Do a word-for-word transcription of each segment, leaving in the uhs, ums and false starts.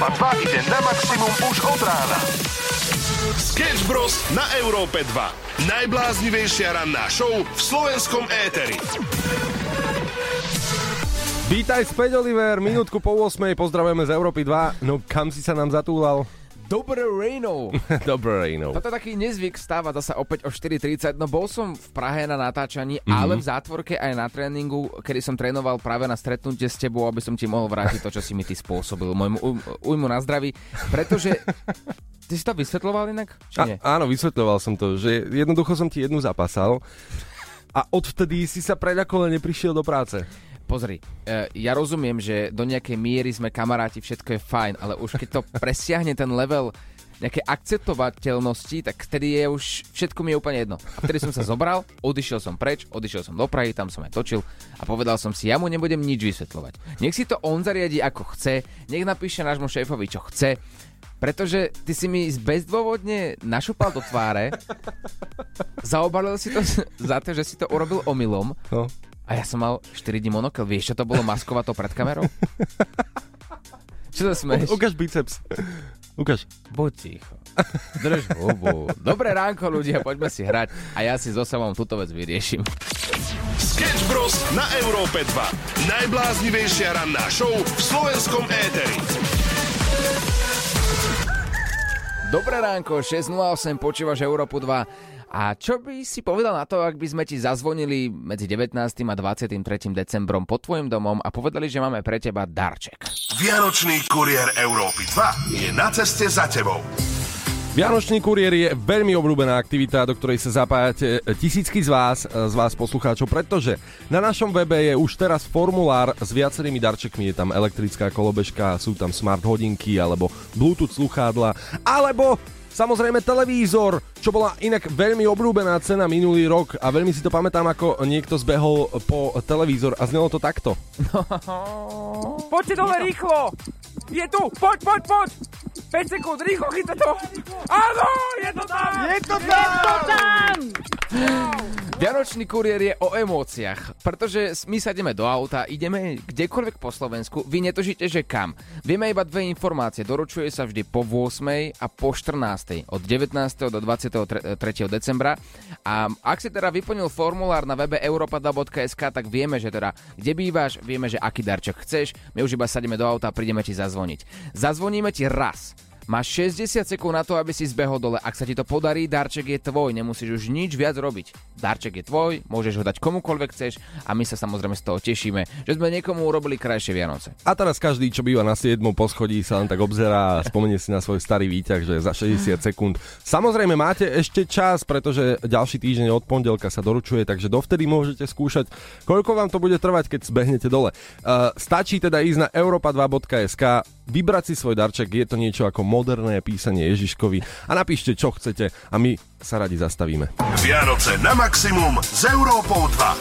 dva ide na maximum už od rána. Sketch Bros. Na Európe dva. Najbláznivejšia ranná show v slovenskom éteri. Vítaj späť, Oliver. Minútku po ôsmej pozdravujeme z Európy dva. No kam si sa nám zatúlal? Dobré ráno. Dobré ráno. Toto je taký nezvyk, stáva zasa opäť o štyri tridsať. No bol som v Prahe na natáčaní, mm-hmm. ale v zátvorke aj na tréningu, kedy som trénoval práve na stretnutie s tebou, aby som ti mohol vrátiť to, čo si mi ty spôsobil. Môjmu ujmu na zdraví. Pretože... Ty si to vysvetľoval inak? Či nie? A, áno, vysvetľoval som to, že jednoducho som ti jednu zapasal a odvtedy si sa preľakol a neprišiel do práce. Pozri, ja rozumiem, že do nejakej miery sme kamaráti, všetko je fajn, ale už keď to presiahne ten level nejakej akceptovateľnosti, tak vtedy je už, všetko mi je úplne jedno. A vtedy som sa zobral, odišiel som preč, odišiel som do Prahy, tam som aj točil a povedal som si, ja mu nebudem nič vysvetľovať. Nech si to on zariadi ako chce, nech napíše nášmu šéfovi, čo chce, pretože ty si mi bezdôvodne našupal do tváre, zaobalil si to za to, že si to urobil omylom. No. A ja som mal štyri dní monokel. Vieš, čo to bolo maskovať to pred kamerou? Čo to smeješ? U- ukáž biceps. Ukáž. Buď ticho. Drž hubu. Dobré ránko, ľudia, poďme si hrať. A ja si so Samom túto vec vyriešim. Sketch Bros. Na Európe dva. Najbláznivejšia ranná show v slovenskom éteri. Dobré ránko, šesť nula osem, počúvaš Európu dva. A čo by si povedal na to, ak by sme ti zazvonili medzi devätnástym a dvadsiatym tretím decembrom pod tvojim domom a povedali, že máme pre teba darček? Vianočný kuriér Európy dva je na ceste za tebou. Vianočný kuriér je veľmi obľúbená aktivita, do ktorej sa zapájate tisícky z vás, z vás poslucháčov, pretože na našom webe je už teraz formulár s viacerými darčekmi. Je tam elektrická kolobežka, sú tam smart hodinky alebo Bluetooth sluchádla, alebo samozrejme televízor, čo bola inak veľmi obľúbená cena minulý rok a veľmi si to pamätám, ako niekto zbehol po televízor a znelo to takto. Poďte dole rýchlo! Je tu! Poď, poď, poď! päť sekúnd, rýchlo chyťte to! Áno, je to tam! Je to tam! Je to tam! Vianočný kuriér je o emóciách, pretože my sa ideme do auta, ideme kdekoľvek po Slovensku, vy netužíte, že kam. Vieme iba dve informácie, doručuje sa vždy po ôsmej a po štrnástej, od devätnásteho do dvadsiateho tretieho decembra. A ak si teda vyplnil formulár na webe europa dva bodka es ká, tak vieme, že teda kde bývaš, vieme, že aký darček chceš, my už iba sadíme do auta a prídeme ti zazvoniť. Zazvoníme ti raz. Máš šesťdesiat sekúnd na to, aby si zbehol dole. Ak sa ti to podarí, darček je tvoj, nemusíš už nič viac robiť. Darček je tvoj, môžeš ho dať komukoľvek chceš a my sa samozrejme z toho tešíme, že sme niekomu urobili krajšie Vianoce. A teraz každý, čo býva na siedmom poschodí, sa len tak obzerá a spomenie si na svoj starý výťah, že za šesťdesiat sekúnd. Samozrejme máte ešte čas, pretože ďalší týždeň od pondelka sa doručuje, takže dovtedy môžete skúšať, koľko vám to bude trvať, keď zbehnete dole. Uh, stačí teda ísť na europa dva bodka es ká, vybrať si svoj darček, je to niečo ako moderné písanie Ježiškovi a napíšte, čo chcete a my sa radi zastavíme. Vianoce na maximum s Európou dva.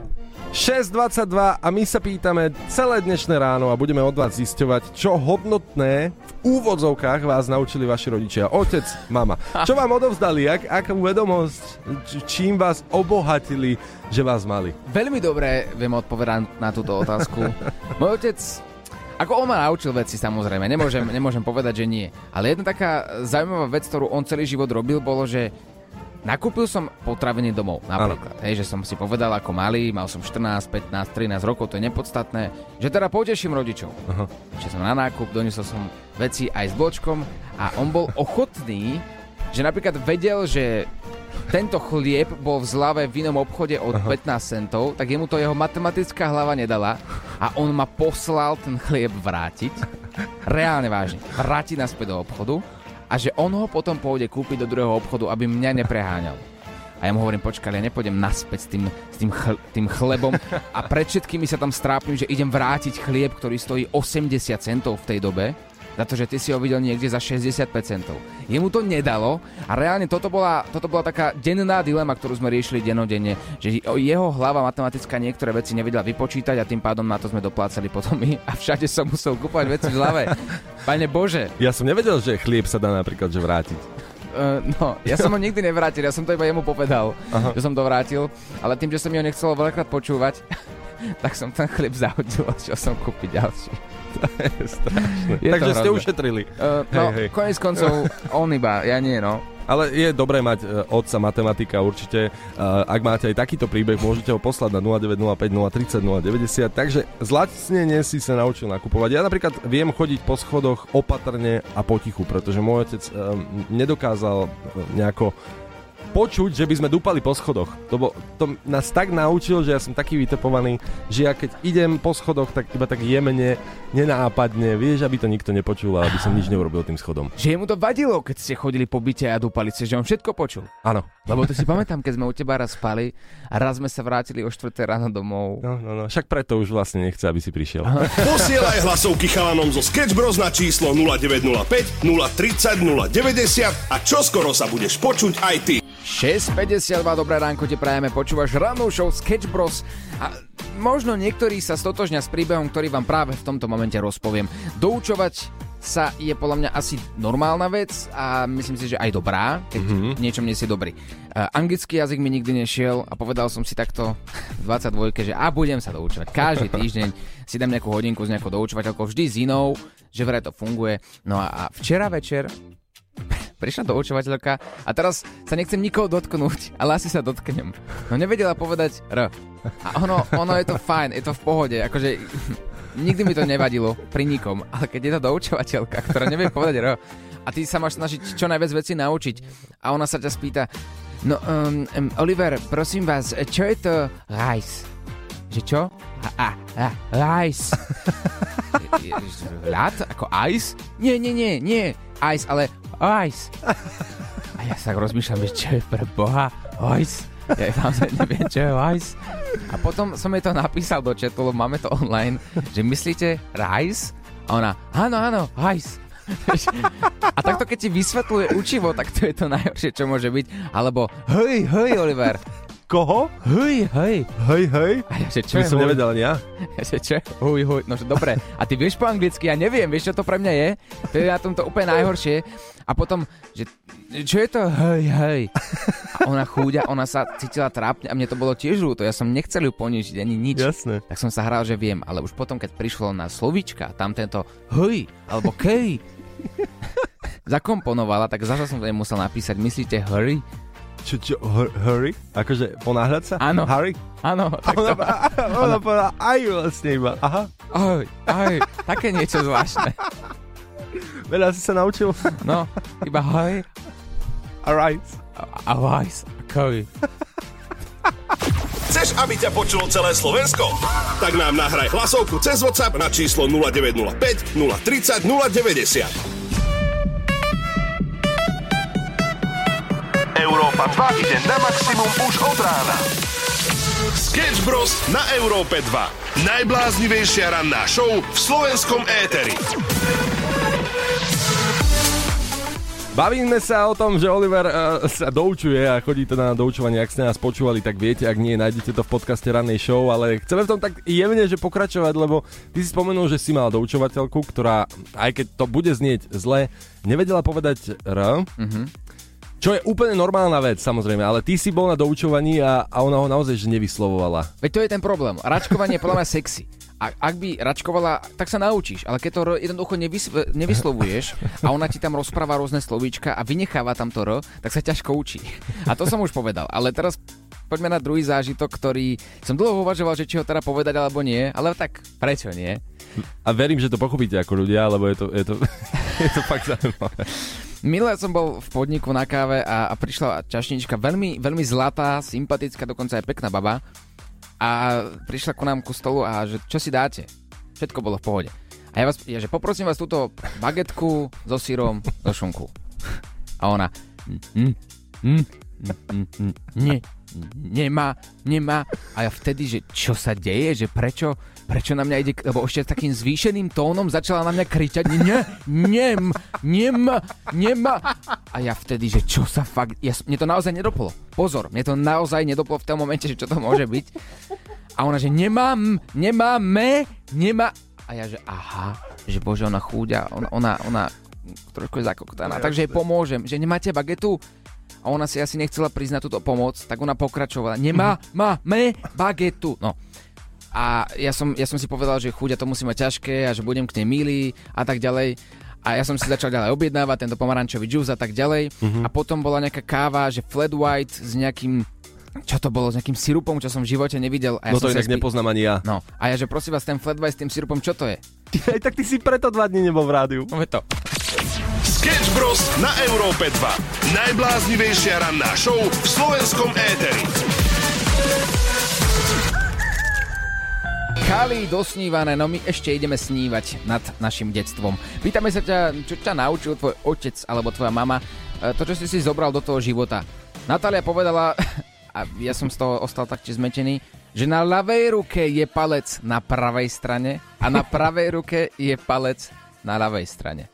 šesť dvadsaťdva a my sa pýtame celé dnešné ráno a budeme od vás zisťovať, čo hodnotné v úvodzovkách vás naučili vaši rodičia. Otec, mama. Čo vám odovzdali? Jak, akú vedomosť? Čím vás obohatili, že vás mali? Veľmi dobre viem odpovedať na túto otázku. Môj otec... Ako on ma naučil veci, samozrejme, nemôžem, nemôžem povedať, že nie. Ale jedna taká zaujímavá vec, ktorú on celý život robil, bolo, že nakúpil som potraviny domov, napríklad. Hej, že som si povedal ako malý, mal som štrnásť, pätnásť, trinásť rokov, to je nepodstatné, že teda poteším rodičov. Aha. Že som na nákup, doniesol som veci aj s bločkom a on bol ochotný, že napríklad vedel, že tento chlieb bol v zlave v inom obchode od Aha. pätnásť centov, tak jemu to jeho matematická hlava nedala a on ma poslal ten chlieb vrátiť. Reálne vážne. Vrátiť naspäť do obchodu a že on ho potom pôjde kúpiť do druhého obchodu, aby mňa nepreháňal. A ja mu hovorím, počkaj, ja nepôjdem naspäť s tým, s tým, chl- tým chlebom a pred všetkými sa tam strápim, že idem vrátiť chlieb, ktorý stojí osemdesiat centov v tej dobe, za to, že ty si ho videl niekde za šesťdesiatpäť centov. Jemu to nedalo a reálne toto bola, toto bola taká denná dilema, ktorú sme riešili dennodenne, že jeho hlava matematická niektoré veci nevedela vypočítať a tým pádom na to sme doplácali potom my a všade som musel kúpať veci v hlave. Pane Bože. Ja som nevedel, že chlieb sa dá napríklad že vrátiť. Uh, no, ja som ho nikdy nevrátil, ja som to iba jemu povedal, Aha. že som to vrátil, ale tým, že som mi ho nechcel veľakrát počúvať, tak som ten chlieb zahodil a šiel som kúpiť ďalší. Je Takže to ste hrozné. ušetrili. Uh, no, hej, hej. konec koncov, on iba, ja nie, no. Ale je dobré mať uh, otca matematika určite. Uh, ak máte aj takýto príbeh, môžete ho poslať na nula deväť nula päť nula tri nula nula deväť nula. Takže zlacnenie si sa naučil nakupovať. Ja napríklad viem chodiť po schodoch opatrne a potichu, pretože môj otec um, nedokázal nejako počuť, že by sme dúpali po schodoch. To, bo, to nás tak naučil, že ja som taký vytepovaný, že ja keď idem po schodoch, tak iba tak jemene, nenápadne, vieš, aby to nikto nepočul a aby som nič neurobil tým schodom. Že mu to vadilo, keď ste chodili po byte a dúpali ste, že on všetko počul. Áno. Lebo to si pamätám, keď sme u teba raz spali a raz sme sa vrátili o štvrtej ráno domov. No, no, no. Však preto už vlastne nechce, aby si prišiel. Posielaj hlasovky chalanom zo Sketch Bros na číslo nula deväť nula päť nula tri nula nula deväť a čoskoro sa budeš počuť aj ty. šesť päťdesiatdva, dobré ránko ti prajeme, počúvaš rannú show Sketch Bros a možno niektorí sa stotožňa s príbehom, ktorý vám práve v tomto momente rozpoviem. Doučovať sa je podľa mňa asi normálna vec a myslím si, že aj dobrá, keď mm-hmm. niečom nie si dobrý. Uh, anglický jazyk mi nikdy nešiel a povedal som si takto v dvadsaťdvojke, že a budem sa doučovať. Každý týždeň si dám nejakú hodinku s nejakou doučovateľkou, vždy s inou, že vraj to funguje. No a, a včera večer prišla doučovateľka a teraz sa nechcem nikoho dotknúť, ale asi sa dotknem. No nevedela povedať R. A ono, ono je to fajn, je to v pohode, akože nikdy mi to nevadilo pri nikom, ale keď je to doučovateľka, ktorá nevie povedať R a ty sa máš snažiť čo najviac veci naučiť a ona sa ťa spýta, no um, um, Oliver, prosím vás, čo je to rice? Že čo? A, a, a, rice. Ľad? Ako ice? Nie, nie, nie, nie ice, ale ice. A ja sa rozmýšľam, že čo je pre Boha ice? Ja naozaj neviem, čo je ice. A potom som jej to napísal do chatu, lebo máme to online, že myslíte rice? A ona, áno, áno, ice. A takto keď ti vysvetľuje učivo, tak to je to najhoršie, čo môže byť. Alebo hej, hej, Oliver. Koho? Hej, hej. Hej, hej. A ja, že čo By je som huj? nevedel ani ja. Ja že čo? Huj, huj. No že dobre. A ty vieš po anglicky? Ja neviem. Vieš, čo to pre mňa je? To je na tomto úplne najhoršie. A potom, že čo je to? Hej, hej. A ona chúďa, ona sa cítila trápne a mne to bolo tiež ľúto. Ja som nechcel ju ponižiť ani nič. Jasné. Tak som sa hral, že viem. Ale už potom, keď prišlo na slovíčka, tam tento hej, alebo kej zakomponovala, tak zase som to nemusel napísať. Myslíte hurry? Čo, čo, hurry? Akože ponáhľať sa? Áno. Hurry? Áno. Tak Ona, to... ona povedala aj vlastne iba. Aha. Aj, aj, také niečo zvláštne. Veľa si sa naučil? No, iba hej. Alright. A vajs, koj. Chceš, aby ťa počulo celé Slovensko? Tak nám nahraj hlasovku cez WhatsApp na číslo nula deväť nula päť nula tri nula nula deväť nula. Európa dva ide na maximum už od rána. Sketch Bros. Na Európe dva. Najbláznivejšia ranná show v slovenskom éteri. Bavíme sa o tom, že Oliver uh, sa doučuje a chodí to na doučovanie. Ak ste nás počúvali, tak viete, ak nie, nájdete to v podcaste rannej show, ale chceme v tom tak jemne, že pokračovať, lebo ty si spomenul, že si mal doučovateľku, ktorá, aj keď to bude znieť zle, nevedela povedať R. Mhm. Čo je úplne normálna vec, samozrejme, ale ty si bol na doučovaní a, a ona ho naozaj že nevyslovovala. Veď to je ten problém. Račkovanie je podľa mňa sexy. A ak by račkovala, tak sa naučíš. Ale keď to R jednoducho nevysv- nevyslovuješ a ona ti tam rozpráva rôzne slovíčka a vynecháva tam to R, tak sa ťažko učí. A to som už povedal. Ale teraz poďme na druhý zážitok, ktorý som dlho uvažoval, že či ho teda povedať alebo nie. Ale tak prečo nie? A verím, že to pochopíte ako ľudia, lebo je to, je to, je to fakt zaujímavé. Minule som bol v podniku na káve a, a prišla čašnička, veľmi, veľmi zlatá, sympatická, dokonca aj pekná baba. A prišla ku nám ku stolu a že čo si dáte? Všetko bolo v pohode. A ja, vás, ja že poprosím vás túto bagetku so syrom do šunku. A ona mm, mm, mm, mm, nie, nemá, nemá. A ja vtedy, že čo sa deje, že prečo, prečo na mňa ide, lebo ešte s takým zvýšeným tónom začala na mňa kričať, nie, nem, nemá, nemá. A ja vtedy, že čo sa fakt, ja, mne to naozaj nedoplo. Pozor, mne to naozaj nedoplo v tom momente, že čo to môže byť. A ona, že nemám, nemáme, nemá. A ja, že aha, že bože, ona chúďa, ona, ona, ona trošku je zakoktaná, takže jej pomôžem, že nemáte bagetu? A ona si asi nechcela priznať túto pomoc, tak ona pokračovala. Nemá, má, me, bagetu. No. a ja som, ja som si povedal, že chuť, a to musí mať ťažké a že budem k nej milý a tak ďalej. A ja som si začal ďalej objednávať tento pomarančový džús a tak ďalej. Uh-huh. A potom bola nejaká káva, že flat white s nejakým, čo to bolo, s nejakým sirupom, čo som v živote nevidel. A ja no to som inak spí... nepoznám ani ja. No, a ja, že prosím vás, ten flat white s tým sirupom, čo to je? Aj tak ty si preto dva dní nebol v rádiu. No to. Sketch Bros. Na Európe dva. Najbláznivejšia ranná show v slovenskom éteri. Kali dosnívané, no my ešte ideme snívať nad našim detstvom. Pýtame sa ťa, čo ťa naučil tvoj otec alebo tvoja mama, to, čo si si zobral do toho života. Natália povedala, a ja som z toho ostal taktiež zmetený, že na ľavej ruke je palec na pravej strane a na pravej ruke je palec na ľavej strane.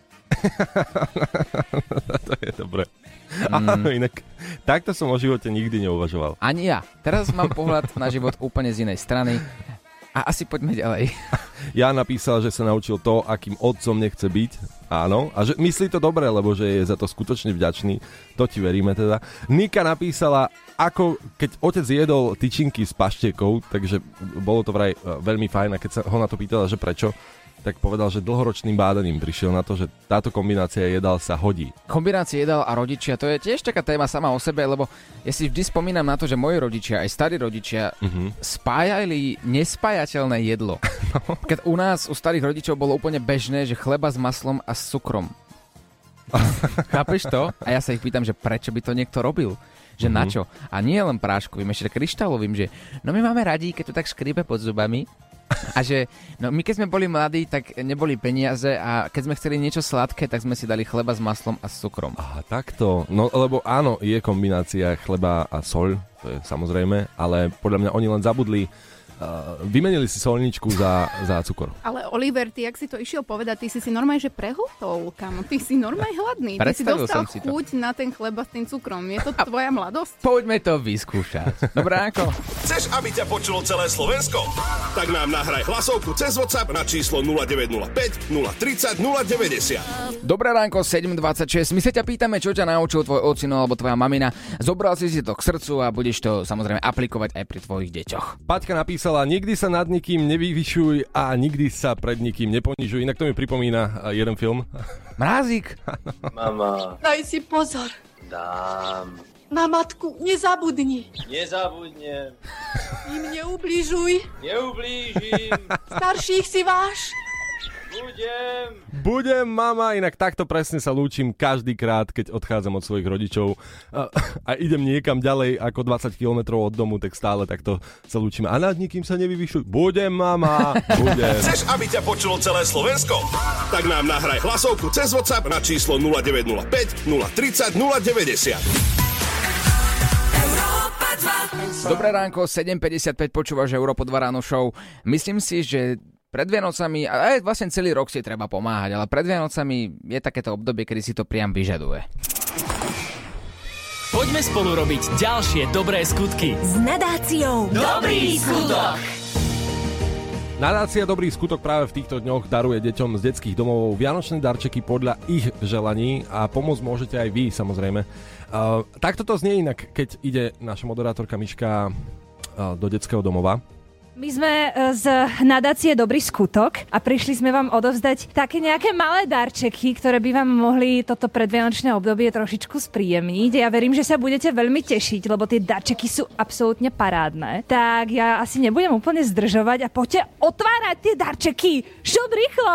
To je dobré. Mm. Áno, inak takto som o živote nikdy neuvažoval. Ani ja. Teraz mám pohľad na život úplne z inej strany. A asi poďme ďalej. Ja napísal, že sa naučil to, akým otcom nechce byť. Áno. A že myslí to dobre, lebo že je za to skutočne vďačný. To ti veríme teda. Nika napísala, ako keď otec jedol tyčinky s paštiekou, takže bolo to vraj veľmi fajn. A keď sa ho na to pýtala, že prečo, tak povedal, že dlhoročným bádaním prišiel na to, že táto kombinácia jedál sa hodí. Kombinácia jedál a rodičia, to je tiež taká téma sama o sebe, lebo ja si vždy spomínam na to, že moji rodičia, aj starí rodičia, uh-huh. spájali nespájateľné jedlo. No. Keď u nás, u starých rodičov bolo úplne bežné, že chleba s maslom a s cukrom. Chápeš to? A ja sa ich pýtam, že prečo by to niekto robil? Že uh-huh. na čo? A nie len práškovým, ešte kryštálovým, že no my máme radi, keď to tak škrípe pod zubami. A že no my keď sme boli mladí, tak neboli peniaze a keď sme chceli niečo sladké, tak sme si dali chleba s maslom a s cukrom. Aha, takto. No lebo áno, je kombinácia chleba a soľ, to je samozrejme, ale podľa mňa oni len zabudli. Uh, vymenili si solničku za, za cukor. Ale Oliver, ty, ak si to išiel povedať, ty si si normálne, že prehutol, kamo. Ty si normálne hladný. Ty si dostal chuť na ten chleba s tým cukrom. Je to tvoja mladosť? Poďme to vyskúšať. Dobré, ako? Chceš, aby ťa počulo celé Slovensko? Tak nám nahraj hlasovku cez WhatsApp na číslo nula deväť nula päť, nula tridsať, nula deväťdesiat. Dobré ránko, sedem dvadsaťšesť. My sa ťa pýtame, čo ťa naučil tvoj ocino alebo tvoja mamina. Zobral si si to k srdcu a budeš to samozrejme aplikovať aj pri tvojich deťoch. Paťka napísala, nikdy sa nad nikým nevyvyšuj a nikdy sa pred nikým neponižuj. Inak to mi pripomína jeden film. Mrázik. Mama. Daj si pozor. Dám. Na matku nezabudni. Nezabudnem. Im neubližuj. Neublížim. Starších si váš. Budem. Budem, mama, inak takto presne sa lúčim každý krát, keď odchádzam od svojich rodičov a, a idem niekam ďalej ako dvadsať kilometrov od domu, tak stále takto sa lúčim. A nad nikým sa nevyvyšuj. Budem, mama, budem. Chceš, aby ťa počulo celé Slovensko? Tak nám nahraj hlasovku cez WhatsApp na číslo nula deväť nula päť, nula tridsať, nula deväťdesiat. Dobré ránko, sedem päťdesiatpäť, počúvaš Európo dva ráno show. Myslím si, že pred Vianocami, a aj vlastne celý rok si treba pomáhať, ale pred Vianocami je takéto obdobie, kedy si to priam vyžaduje. Poďme spolu robiť ďalšie dobré skutky. S nadáciou Dobrý skutok. Nadácia Dobrý skutok práve v týchto dňoch daruje deťom z detských domov vianočné darčeky podľa ich želaní a pomôcť môžete aj vy, samozrejme. Uh, takto to znie inak, keď ide naša moderátorka Miška uh, do detského domova. My sme z nadácie Dobrý skutok a prišli sme vám odovzdať také nejaké malé darčeky, ktoré by vám mohli toto predvianočné obdobie trošičku spríjemniť. Ja verím, že sa budete veľmi tešiť, lebo tie darčeky sú absolútne parádne. Tak ja asi nebudem úplne zdržovať a poďte otvárať tie darčeky. Šup rýchlo!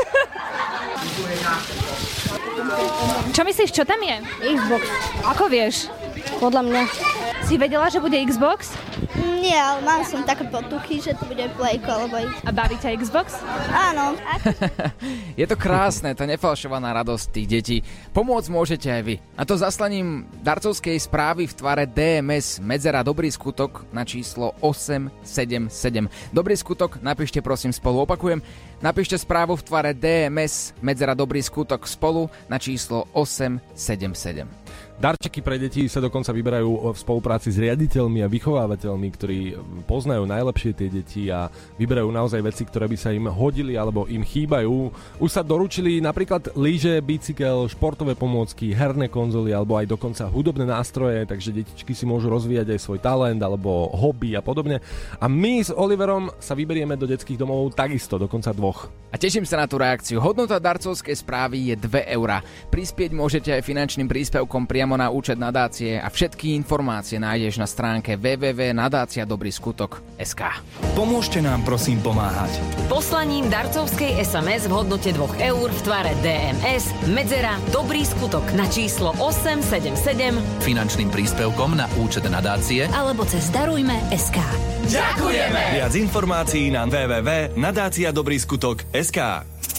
Čo myslíš, čo tam je? Xbox. Ako vieš? Podľa mňa. Si vedela, že bude Xbox? Nie, ale mám som také potuchy, že to bude Playko alebo Xbox. A baví ťa Xbox? Áno. Je to krásne, tá nefalšovaná radosť tých detí. Pomôcť môžete aj vy. A to zaslaním darcovskej správy v tvare dé em es medzera Dobrý skutok na číslo osem sedem sedem. Dobrý skutok, napíšte prosím spolu. Opakujem, napíšte správu v tvare dé em es medzera Dobrý skutok spolu na číslo osem sedem sedem. Darčeky pre deti sa dokonca vyberajú v spolupráci s riaditeľmi a vychovávateľmi učiteľmi, ktorí poznajú najlepšie tie deti a vyberajú naozaj veci, ktoré by sa im hodili alebo im chýbajú. Už sa doručili napríklad lyže, bicykel, športové pomôcky, herné konzoly alebo aj dokonca hudobné nástroje, takže detičky si môžu rozvíjať aj svoj talent alebo hobby a podobne. A my s Oliverom sa vyberieme do detských domov takisto, dokonca dvoch. A teším sa na tú reakciu. Hodnota darcovskej správy je dve eurá. Prispieť môžete aj finančným príspevkom priamo na účet nadácie a všetky informácie nájdeš na stránke w w w bodka nadácia dobrý skutok bodka es ká. Pomôžte nám prosím pomáhať. Poslaním darcovskej es em es v hodnote dvoch eur v tvare dé em es medzera Dobrý skutok na číslo osem sedem sedem finančným príspevkom na účet nadácie alebo cez darujme bodka es ká. Ďakujeme! Viac informácií na w w w bodka nadácia dobrý skutok bodka es ká.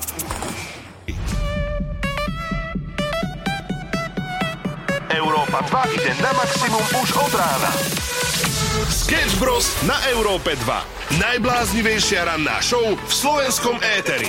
Európa dva ide na maximum už od rána. Sketch Bros. Na Európe dva. Najbláznivejšia ranná show v slovenskom éteri.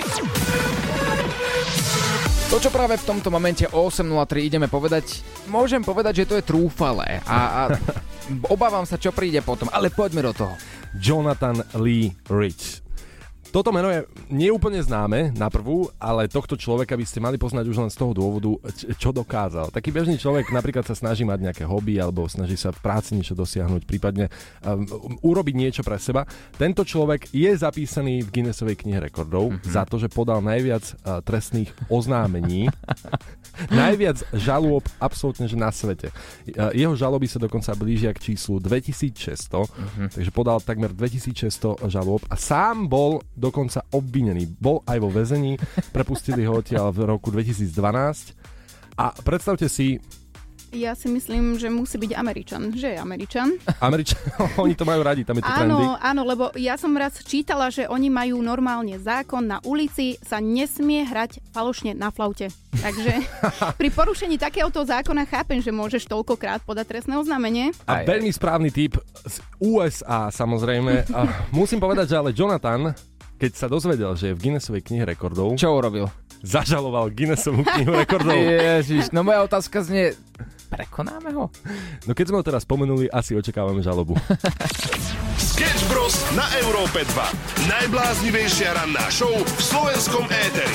To, čo práve v tomto momente o osem nula tri ideme povedať, môžem povedať, že to je trúfalé. A, a obávam sa, čo príde potom, ale poďme do toho. Jonathan Lee Rich. Toto meno je neúplne známe na prvú, ale tohto človeka by ste mali poznať už len z toho dôvodu, čo dokázal. Taký bežný človek napríklad sa snaží mať nejaké hobby alebo snaží sa v práci niečo dosiahnuť, prípadne um, urobiť niečo pre seba. Tento človek je zapísaný v Guinnessovej knihe rekordov mm-hmm. za to, že podal najviac uh, trestných oznámení, najviac žalôb absolútne že na svete. Uh, jeho žaloby sa dokonca blížia k číslu dvetisícšesťsto, mm-hmm. takže podal takmer dvetisícšesťsto žalôb a sám bol dokonca obvinený. Bol aj vo väzení, prepustili ho odtiaľ v roku dvetisícdvanásť a predstavte si... Ja si myslím, že musí byť Američan. Že je Američan? Američan, oni to majú radi, tam je to áno, trendy. Áno, lebo ja som raz čítala, že oni majú normálne zákon, na ulici sa nesmie hrať falošne na flaute. Takže pri porušení takéhoto zákona chápem, že môžeš toľkokrát podať trestné oznámenie. A veľmi správny typ z ú es á samozrejme. A musím povedať, že ale Jonathan, keď sa dozvedel, že je v Guinnessovej knihe rekordov... Čo urobil? Zažaloval Guinnessovú knihu rekordov. Ježiš, no moja otázka znie... Prekonáme ho? No keď sme ho teraz spomenuli, asi očakávame žalobu. Sketch Bros. Na Európe dva. Najbláznivejšia ranná show v slovenskom éteri.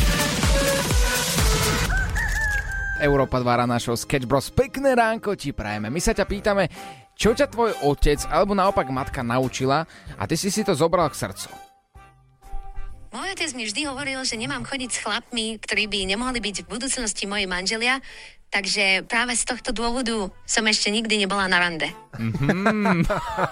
Európa dva ranná show Sketch Bros. Pekné ránko ti prajeme. My sa ťa pýtame, čo ťa tvoj otec alebo naopak matka naučila a ty si si to zobral k srdcu. Môj otec mi vždy hovoril, že nemám chodiť s chlapmi, ktorí by nemohli byť v budúcnosti moji manželia, takže práve z tohto dôvodu som ešte nikdy nebola na rande. Mm-hmm.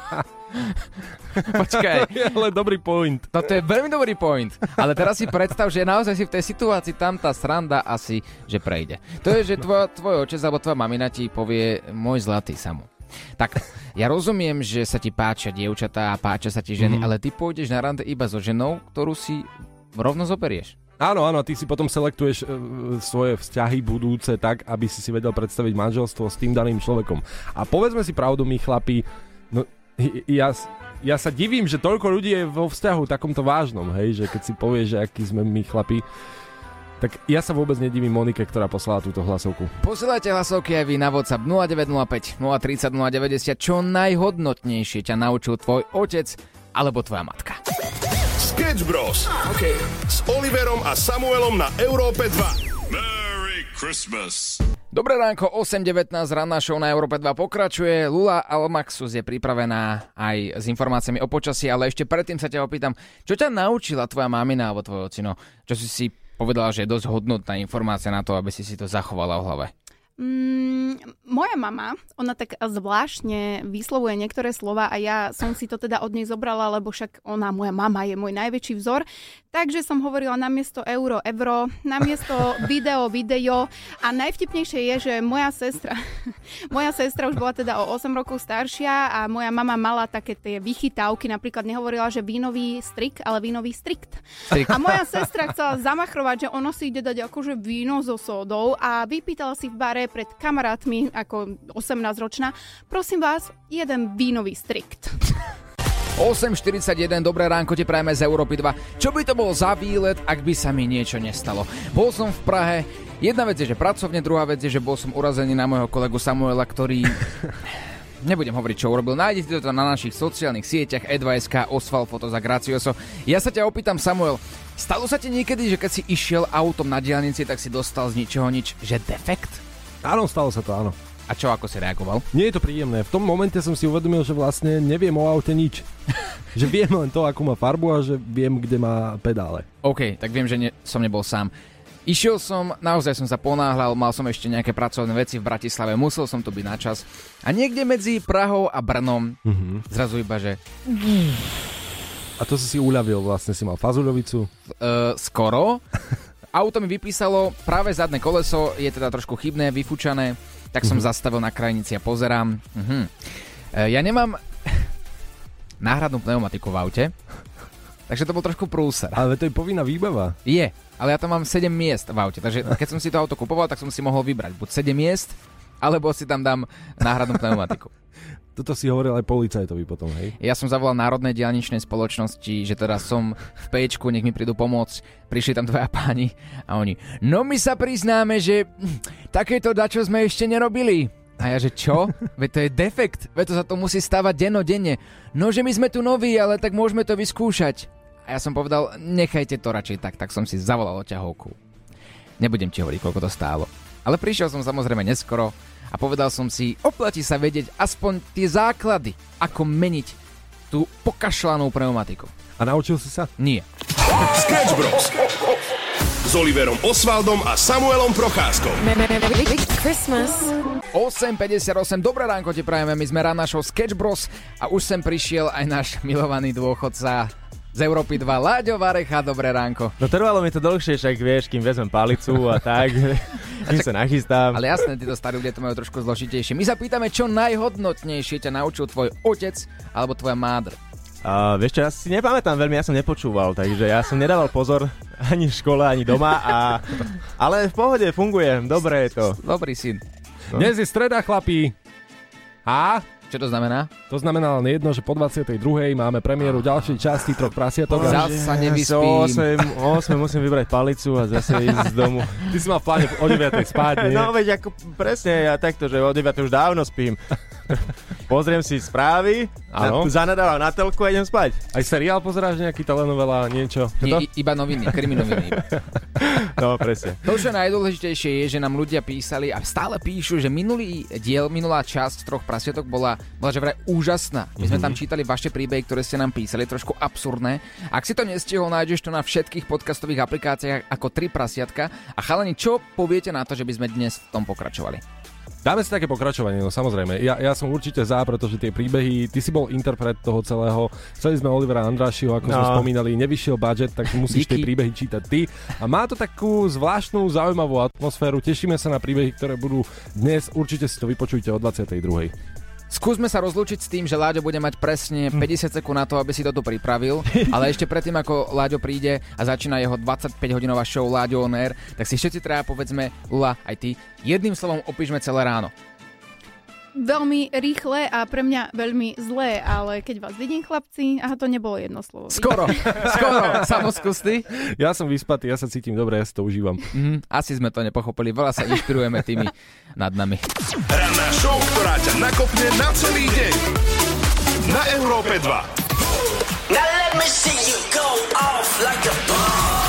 Počkaj. Ale dobrý point. Toto je veľmi dobrý point. Ale teraz si predstav, že naozaj si v tej situácii tam tá sranda asi, že prejde. To je, že tvoj, tvoj otec alebo tvoja mamina ti povie môj zlatý Samu. Tak, ja rozumiem, že sa ti páčia dievčatá a páčia sa ti ženy, mm. ale ty pôjdeš na rande iba so ženou, ktorú si rovno zoberieš. Áno, áno, ty si potom selektuješ e, svoje vzťahy budúce tak, aby si si vedel predstaviť manželstvo s tým daným človekom. A povedzme si pravdu, my chlapi, no ja, ja sa divím, že toľko ľudí je vo vzťahu takomto vážnom, hej, že keď si povieš, že aký sme my chlapi, tak ja sa vôbec nedivím Monike, ktorá poslala túto hlasovku. Posielajte hlasovky aj vy na WhatsApp nula deväť nula päť, nula tri nula, nula deväťdesiat. Čo najhodnotnejšie ťa naučil tvoj otec alebo tvoja matka? Sketch Bros. Okay. S Oliverom a Samuelom na Európe dva. Merry Christmas. Dobré ránko, osem devätnásť, ranná show na Európe dva pokračuje. Lula Almaxus je pripravená aj s informáciami o počasí, ale ešte predtým sa ťa opýtam, čo ťa naučila tvoja mamina alebo tvoj ocino? Čo si si povedala, že je dosť hodnotná informácia na to, aby si si to zachovala v hlave? Mm, moja mama, ona tak zvláštne vyslovuje niektoré slova a ja som si to teda od nej zobrala, lebo však ona, moja mama, je môj najväčší vzor. Takže som hovorila namiesto euro, euro, namiesto video, video. A najvtipnejšie je, že moja sestra, moja sestra už bola teda o osem rokov staršia a moja mama mala také tie vychytávky, napríklad nehovorila, že vínový strik, ale vínový strikt. Strik. A moja sestra chcela zamachrovať, že ono si ide dať akože víno so sódou a vypýtala si v bare pred kamarátmi, ako osemnásťročná, prosím vás, jeden vínový strikt. osem štyridsaťjeden, dobré ránko ti prajeme z Európy dva. Čo by to bol za výlet, ak by sa mi niečo nestalo? Bol som v Prahe, jedna vec je, že pracovne, druhá vec je, že bol som urazený na môjho kolegu Samuela, ktorý... Nebudem hovoriť, čo urobil. Nájdete to na našich sociálnych sieťach e dva bodka es ká, Osval, Foto za Gracioso. Ja sa ťa opýtam, Samuel, stalo sa ti niekedy, že keď si išiel autom na diaľnici, tak si dostal z ničoho nič, že defekt? Áno, stalo sa to, áno. A čo, ako si reagoval? Nie je to príjemné. V tom momente som si uvedomil, že vlastne neviem o aute nič. Že viem len to, akú má farbu a že viem, kde má pedále. OK, tak viem, že ne, som nebol sám. Išiel som, naozaj som sa ponáhľal, mal som ešte nejaké pracovné veci v Bratislave, musel som to byť na čas. A niekde medzi Prahou a Brnom mm-hmm. zrazu iba, že... A to si si uľavil, vlastne si mal fazuľovicu? Uh, skoro. Auto mi vypísalo, práve zadné koleso je teda trošku chybné, vyfúčané. Tak som mm-hmm. zastavil na krajnici a pozerám. Uh-huh. Ja nemám náhradnú pneumatiku v aute, takže to bol trošku prúser. Ale to je povinná výbava. Je, ale ja tam mám sedem miest v aute, takže keď som si to auto kupoval, tak som si mohol vybrať buď sedem miest, alebo si tam dám náhradnú pneumatiku. Toto si hovoril aj policajtovi potom, hej? Ja som zavolal Národnej diaľničnej spoločnosti, že teda som v péčku, nech mi prídu pomôcť. Prišli tam dvaja páni a oni, no my sa priznáme, že takéto dačo sme ešte nerobili. A ja, že čo? Veď to je defekt, veď to sa to musí stávať dennodenne. No, že my sme tu noví, ale tak môžeme to vyskúšať. A ja som povedal, nechajte to radšej tak, tak som si zavolal oťahovku. Nebudem ti hovoriť, koľko to stálo. Ale prišiel som samozrejme neskoro a povedal som si, oplatí sa vedieť aspoň tie základy, ako meniť tú pokašľanú pneumatiku. A naučil si sa? Nie. Sketch Bros. S Oliverom Osvaldom a Samuelom Procházkou. Christmas. osem päťdesiatosem, dobré ránko ti prajeme, my sme rána show Sketch Bros a už sem prišiel aj náš milovaný dôchodca z Európy dva, Láďo Varecha, dobré ránko. No trvalo mi to dlhšie, však vieš, kým vezmem palicu a tak, kým sa nachystám. Ale jasné, títo starí ľudia to majú trošku zložitejšie. My sa pýtame, čo najhodnotnejšie ťa naučil tvoj otec alebo tvoja mádr. Uh, vieš čo, ja si nepamätám veľmi, ja som nepočúval, takže ja som nedával pozor ani v škole, ani doma, a... ale v pohode funguje, dobre je to. Dobrý syn. No. Dnes je streda, chlapí. A... Čo to znamená? To znamená len jedno, že po dvadsiatej druhej máme premiéru ďalšej časti Troch prasiatok. Zas sa nevyspím. O osem musím vybrať palicu a zase ísť z domu. Ty si mal v pláne o deviatej spať, nie? No veď ako presne, ja takto, že o deviatej už dávno spím. Pozriem si správy, na, zanadávam na telku a idem spať. Aj seriál pozeráš, nejaký telenovela, niečo? Nie, iba noviny, kriminoviny. No presne. To, čo najdôležitejšie je, že nám ľudia písali a stále píšu, že minulý diel, minulá časť Troch prasiatok bola, bola že vraj úžasná. My sme mm-hmm. tam čítali vaše príbehy, ktoré ste nám písali, trošku absurdné. Ak si to nestihol, nájdeš to na všetkých podcastových aplikáciách ako Tri prasiatka. A chalani, čo poviete na to, že by sme dnes v tom pokračovali? Dáme si také pokračovanie, no samozrejme. Ja, ja som určite za, pretože tie príbehy, ty si bol interpret toho celého. Chceli sme Olivera Andrášiho, ako no. sme spomínali, nevyšiel budget, tak musíš tie príbehy čítať ty. A má to takú zvláštnu, zaujímavú atmosféru. Tešíme sa na príbehy, ktoré budú dnes. Určite si to vypočujte o dvadsiatej druhej. Skúsme sa rozlúčiť s tým, že Láďo bude mať presne päťdesiat sekúnd na to, aby si toto pripravil, ale ešte predtým, ako Láďo príde a začína jeho dvadsaťpäťhodinová show Láďo on air, tak si všetci treba povedzme, Lula, aj ty, jedným slovom opíšme celé ráno. Veľmi rýchle a pre mňa veľmi zlé, ale keď vás vidím, chlapci, aha, to nebolo jedno slovo. Skoro, skoro, samoskús ty. Ja som vyspatý, ja sa cítim dobre, ja si to užívam. Mm, asi sme to nepochopili, veľa sa inšpirujeme tými nad nami. Ranná show, ktorá ťa nakopne na celý deň. Na Európe dva. Now let me see you go off like a bomb.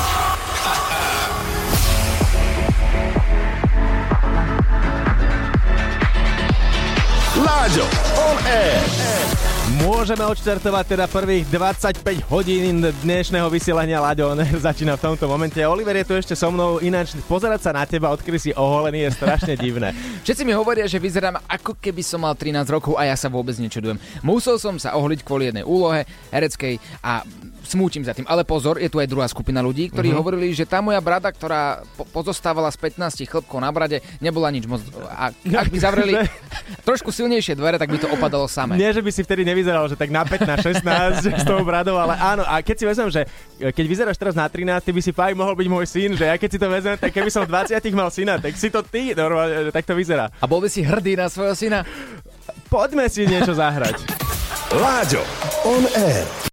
Láďo on air. Môžeme odštartovať teda prvých dvadsaťpäť hodín dnešného vysielania. Láďo on air začína v tomto momente. Oliver je tu ešte so mnou, ináč pozerať sa na teba, odkedy si oholený, je strašne divné. Všetci mi hovoria, že vyzerám ako keby som mal trinásť rokov a ja sa vôbec nečudujem. Musel som sa oholiť kvôli jednej úlohe hereckej a smútim za tým. Ale pozor, je tu aj druhá skupina ľudí, ktorí uh-huh. hovorili, že tá moja brada, ktorá po- pozostávala z pätnásť chlpkov na brade, nebola nič moc. A ak by zavreli trošku silnejšie dvere, tak by to opadalo samé. Nie, že by si vtedy nevyzeral, že tak na pätnásť šestnásť s tou bradou, ale áno. A keď si vezmem, že keď vyzeráš teraz na trinásť, ty by si fakt mohol byť môj syn, že ja keď si to vezmem, tak keby som v dvadsiatich mal syna, tak si to ty, normálne, tak to vyzerá. A bol by si hrdý na svojho syna? Poďme si niečo zahrať. Láďo on air.